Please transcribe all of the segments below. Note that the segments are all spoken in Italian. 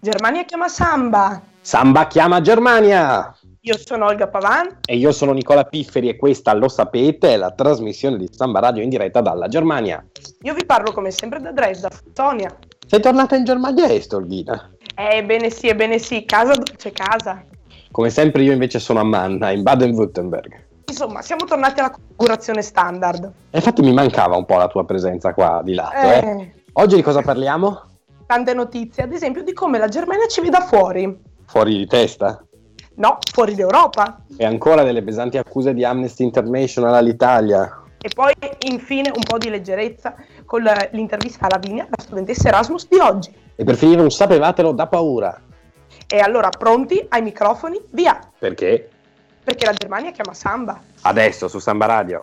Germania chiama Samba. Samba chiama Germania. Io sono Olga Pavan. E io sono Nicola Pifferi e questa, lo sapete, è la trasmissione di Samba Radio in diretta dalla Germania. Io vi parlo come sempre da Dresda, Sonia. Sei tornata in Germania, Olghina? Ebbene sì, casa dove c'è casa. Come sempre io invece sono a Manna, in Baden-Württemberg. Insomma, siamo tornati alla configurazione standard. E infatti mi mancava un po' la tua presenza qua di lato, Oggi di cosa parliamo? Tante notizie, ad esempio di come la Germania ci veda fuori. Fuori di testa? No, fuori d'Europa. E ancora delle pesanti accuse di Amnesty International all'Italia. E poi, infine, un po' di leggerezza con l'intervista a Lavinia, la studentessa Erasmus di oggi. E per finire un sapevatelo da paura. E allora, pronti ai microfoni? Via! Perché? Perché la Germania chiama Samba. Adesso su Samba Radio.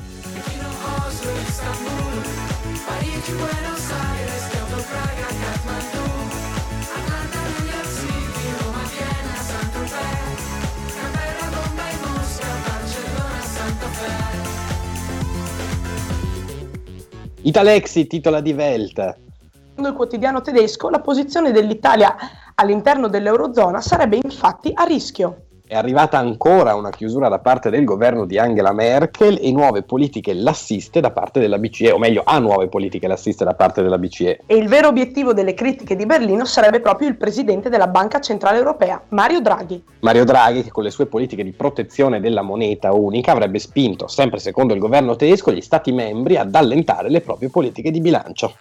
Italexi titola di Welt. Secondo il quotidiano tedesco, la posizione dell'Italia all'interno dell'Eurozona sarebbe infatti a rischio. È arrivata ancora una chiusura da parte del governo di Angela Merkel e nuove politiche lassiste da parte della BCE, o meglio, a nuove politiche lassiste da parte della BCE. E il vero obiettivo delle critiche di Berlino sarebbe proprio il presidente della Banca Centrale Europea, Mario Draghi. Mario Draghi, che con le sue politiche di protezione della moneta unica avrebbe spinto, sempre secondo il governo tedesco, gli stati membri ad allentare le proprie politiche di bilancio.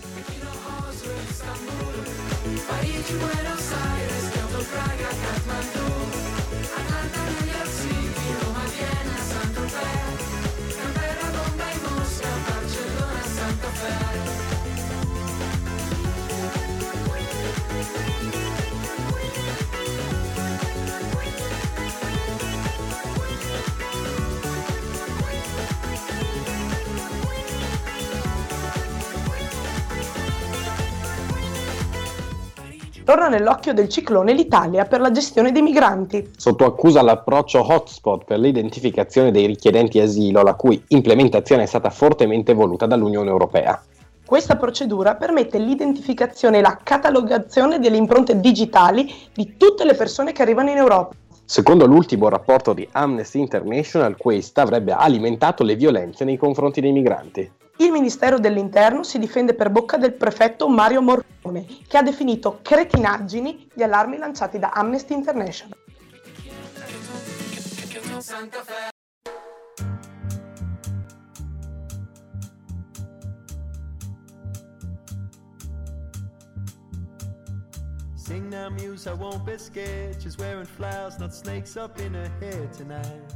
Torna nell'occhio del ciclone l'Italia per la gestione dei migranti. Sotto accusa l'approccio hotspot per l'identificazione dei richiedenti asilo, la cui implementazione è stata fortemente voluta dall'Unione Europea. Questa procedura permette l'identificazione e la catalogazione delle impronte digitali di tutte le persone che arrivano in Europa. Secondo l'ultimo rapporto di Amnesty International, questa avrebbe alimentato le violenze nei confronti dei migranti. Il Ministero dell'Interno si difende per bocca del prefetto Mario Morrone, che ha definito cretinaggini gli allarmi lanciati da Amnesty International. Sing now, muse, I won't be scared. She's wearing flowers, not snakes up in her hair tonight.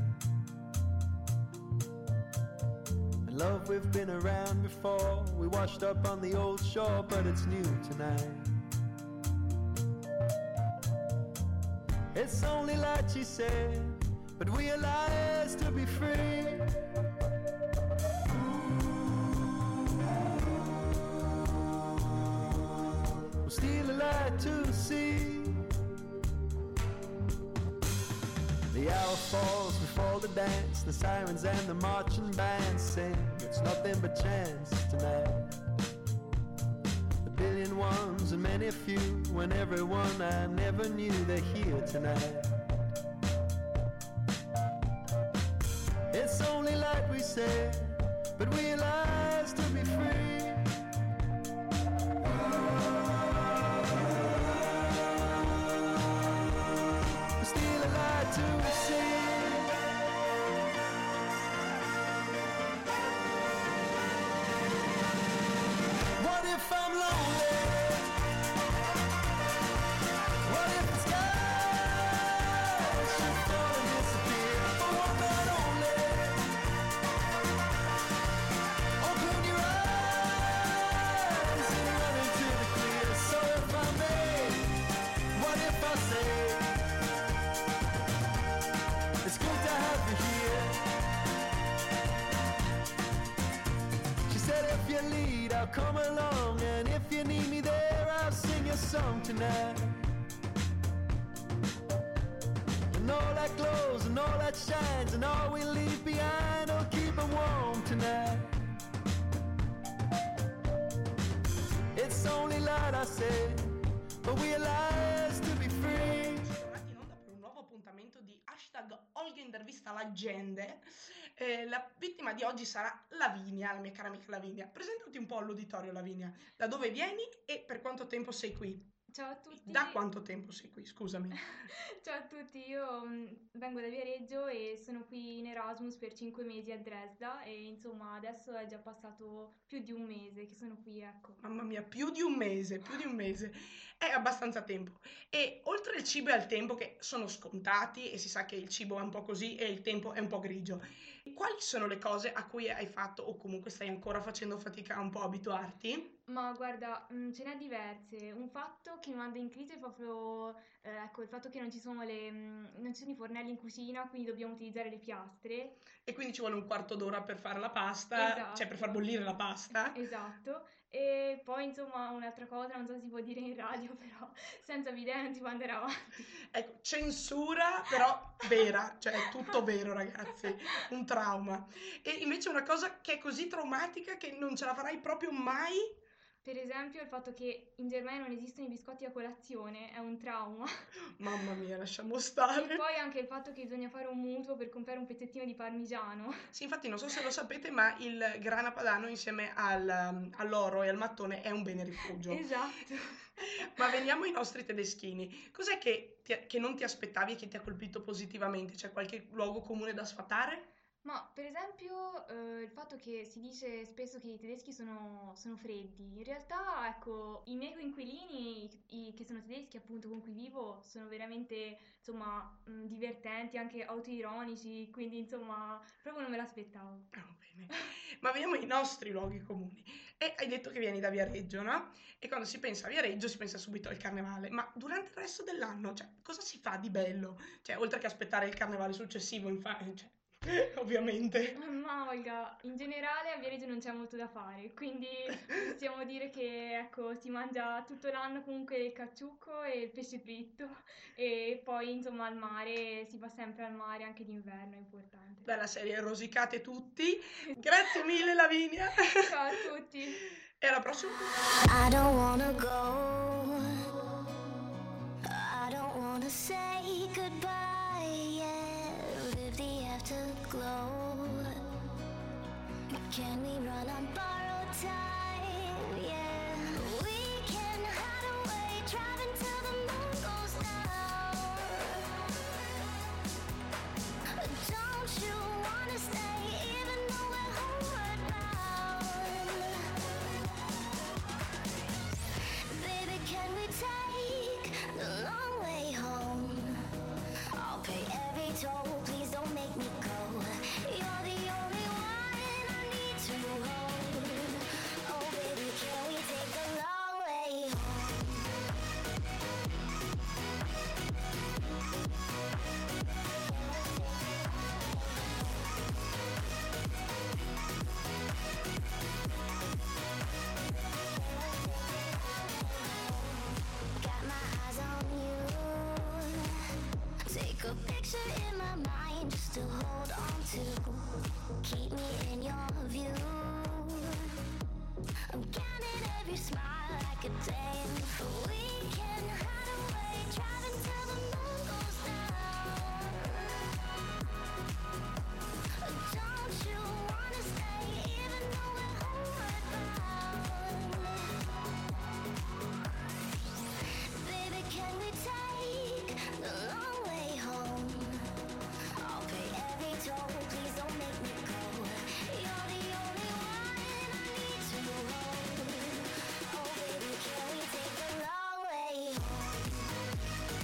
Love, we've been around before. We washed up on the old shore, but it's new tonight. It's only light, she said, but we are liars to be free. We'll steal a light to see. The hour falls before the dance. The sirens and the marching bands sing. It's nothing but chance tonight. A billion ones and many few. When everyone I never knew, they're here tonight. It's only light, we say, but we are liars to be free. Steal a light to see. What if I'm lonely? What if the sky should fall and disappear for one night only? Open your eyes and run into the clear. So if I may, what if I say, it's good to have you here. She said if you lead, I'll come along. And if you need me there, I'll sing a song tonight. And all that glows and all that shines and all we leave behind will keep it warm tonight. It's only light, I say, but we alive momento di hashtag Olga intervista la gente. La vittima di oggi sarà Lavinia, la mia cara amica Lavinia. Presentati un po' all'uditorio, Lavinia. Da dove vieni e per quanto tempo sei qui? Ciao a tutti. Da quanto tempo sei qui? Scusami. Ciao a tutti, io vengo da Viareggio e sono qui in Erasmus per 5 mesi a Dresda e insomma adesso è già passato più di un mese che sono qui, ecco. Mamma mia, più di un mese. È abbastanza tempo. E oltre al cibo e al tempo, che sono scontati, e si sa che il cibo è un po' così e il tempo è un po' grigio, quali sono le cose a cui hai fatto o comunque stai ancora facendo fatica un po' a abituarti? Ma guarda, ce n'è diverse. Un fatto che mi manda in crisi è proprio, ecco, il fatto che non ci sono i fornelli in cucina, quindi dobbiamo utilizzare le piastre. E quindi ci vuole un quarto d'ora per fare la pasta, Esatto. cioè per far bollire la pasta. Esatto. E poi insomma un'altra cosa, non so se si può dire in radio, però senza video non si può andare avanti. Ecco, censura però vera, cioè è tutto vero ragazzi, un trauma. E invece una cosa che è così traumatica che non ce la farai proprio mai? Per esempio il fatto che in Germania non esistono i biscotti a colazione è un trauma. Mamma mia, lasciamo E stare. poi anche il fatto che bisogna fare un mutuo per comprare un pezzettino di parmigiano. Sì, infatti non so se lo sapete, ma il grana padano insieme all'oro e al mattone è un bene rifugio. Esatto. Ma veniamo ai nostri tedeschini. Cos'è che non ti aspettavi e che ti ha colpito positivamente? C'è qualche luogo comune da sfatare? Ma per esempio il fatto che si dice spesso che i tedeschi sono freddi, in realtà ecco i miei coinquilini che sono tedeschi appunto con cui vivo sono veramente insomma divertenti, anche autoironici, quindi insomma proprio non me l'aspettavo. Bene. Ma veniamo ai nostri luoghi comuni. E hai detto che vieni da Viareggio, no? E quando si pensa a Viareggio si pensa subito al carnevale, ma durante il resto dell'anno, cioè, cosa si fa di bello? Cioè, oltre che aspettare il carnevale successivo, infatti, ovviamente. Ma Olga, in generale a Viareggio non c'è molto da fare, quindi possiamo dire che ecco, si mangia tutto l'anno comunque il cacciucco e il pesce fritto e poi insomma al mare, si va sempre al mare anche d'inverno, è importante. Bella serie, rosicate tutti. Grazie mille Lavinia. Ciao a tutti. E alla prossima. I don't wanna go. I don't wanna say goodbye. Yeah, live the afterglow. Can we run on borrowed time? Yeah, we can hide away, driving till the moon goes down. Don't you wanna stay, even though we're homeward bound? Baby, can we take the long way home? I'll pay every toll, please don't make me go. You're the only one I need to hold. Oh baby, can we take the long way home? Got my eyes on you. Take a picture in my mind just to hold on to. Keep me in your view. I'm counting every smile like a day. We can hide away, driving till the moon goes down. Don't you wanna stay, even though we're homeward bound? Baby, can we take the long way home? I'll pay every toll, please don't make me go. You're the only one I need to hold. Oh baby, can we take the long way home?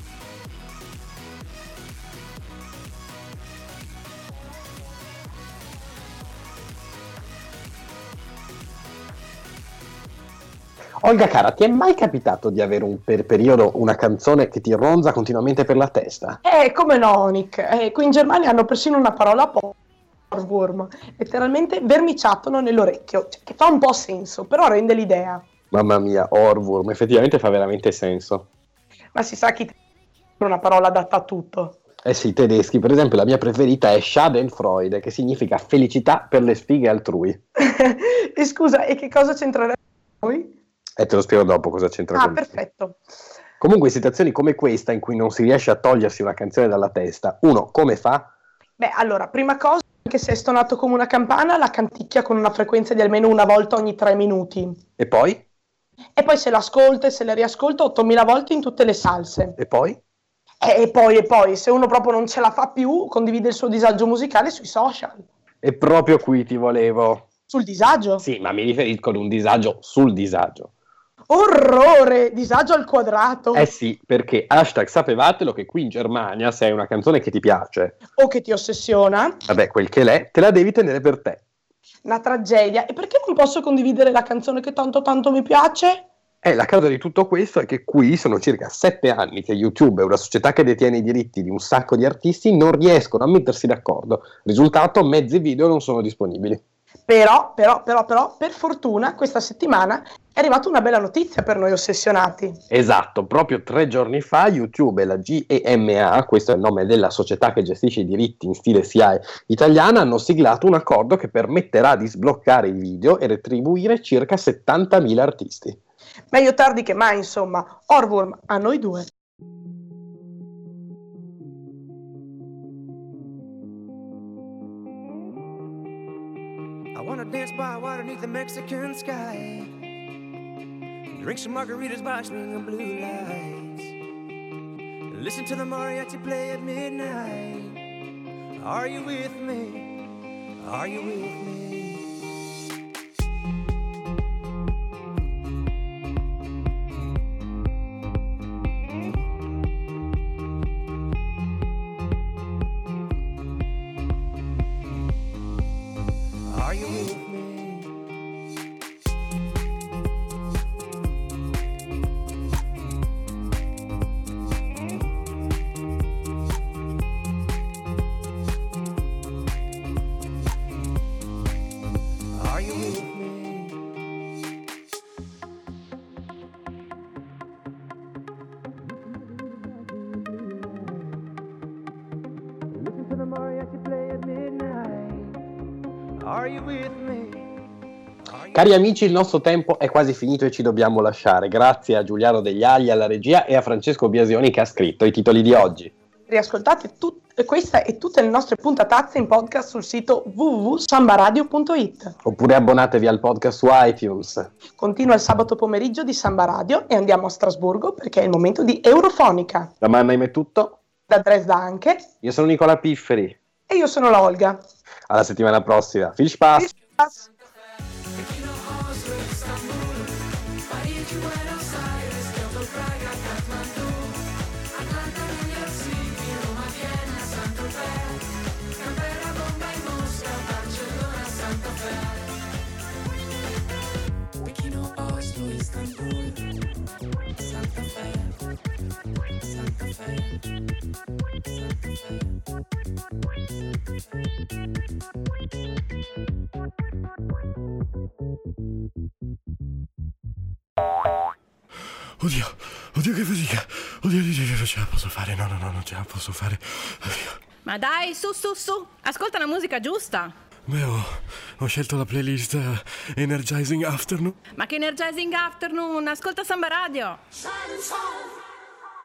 Olga cara, ti è mai capitato di avere per periodo una canzone che ti ronza continuamente per la testa? Come no, Nick. Qui in Germania hanno persino una parola Ohrwurm, letteralmente vermiciattolo nell'orecchio, cioè, che fa un po' senso, però rende l'idea. Mamma mia, Ohrwurm, effettivamente fa veramente senso. Ma si sa che è una parola adatta a tutto. Eh sì, i tedeschi, per esempio la mia preferita è Schadenfreude, che significa felicità per le sfighe altrui. E scusa, e che cosa c'entrerebbe noi? E te lo spiego dopo cosa c'entra con perfetto. Comunque in situazioni come questa, in cui non si riesce a togliersi una canzone dalla testa, uno come fa? Beh, allora, prima cosa, anche se è stonato come una campana, la canticchia con una frequenza di almeno una volta ogni 3 minuti. E poi? E poi se l'ascolta e se la riascolta 8000 volte in tutte le salse. E poi? E poi, se uno proprio non ce la fa più, condivide il suo disagio musicale sui social. E proprio qui ti volevo. Sul disagio? Sì, ma mi riferisco ad un disagio sul disagio. Orrore! Disagio al quadrato. Eh sì, perché #sapevatelo che qui in Germania, se hai una canzone che ti piace, O che ti ossessiona. vabbè, quel che l'è, te la devi tenere per te. Una tragedia. E perché non posso condividere la canzone che tanto tanto mi piace? La causa di tutto questo è che qui sono circa 7 anni che YouTube è una società che detiene i diritti di un sacco di artisti, non riescono a mettersi d'accordo. Risultato, mezzi video non sono disponibili. Però, per fortuna, questa settimana è arrivata una bella notizia per noi ossessionati. Esatto, proprio 3 giorni fa YouTube e la GEMA, questo è il nome della società che gestisce i diritti in stile SIAE italiana, hanno siglato un accordo che permetterà di sbloccare i video e retribuire circa 70.000 artisti. Meglio tardi che mai, insomma. Orwurm a noi due. I wanna dance by water beneath the Mexican sky. Drink some margaritas by swinging blue lights. Listen to the mariachi play at midnight. Are you with me? Are you with me? Are you with me? Are you with me? Listen to the mariachi play at midnight. Are you with me? Cari amici, il nostro tempo è quasi finito e ci dobbiamo lasciare. Grazie a Giuliano Degli Agli alla regia e a Francesco Biasioni che ha scritto i titoli di oggi. Riascoltate questa e tutte le nostre puntatazze in podcast sul sito www.sambaradio.it. Oppure abbonatevi al podcast su iTunes. Continua il sabato pomeriggio di Samba Radio e andiamo a Strasburgo perché è il momento di Eurofonica. Da Mannheim è tutto. Da Dresda anche. Io sono Nicola Pifferi. E io sono la Olga. Alla settimana prossima. Viel Spaß! Oddio che fatica. Oddio, non ce la posso fare. No, non ce la posso fare. Oddio. Ma dai, su, ascolta la musica giusta. Beh, ho scelto la playlist Energizing Afternoon. Ma che Energizing Afternoon, ascolta Samba Radio. Sun, sun.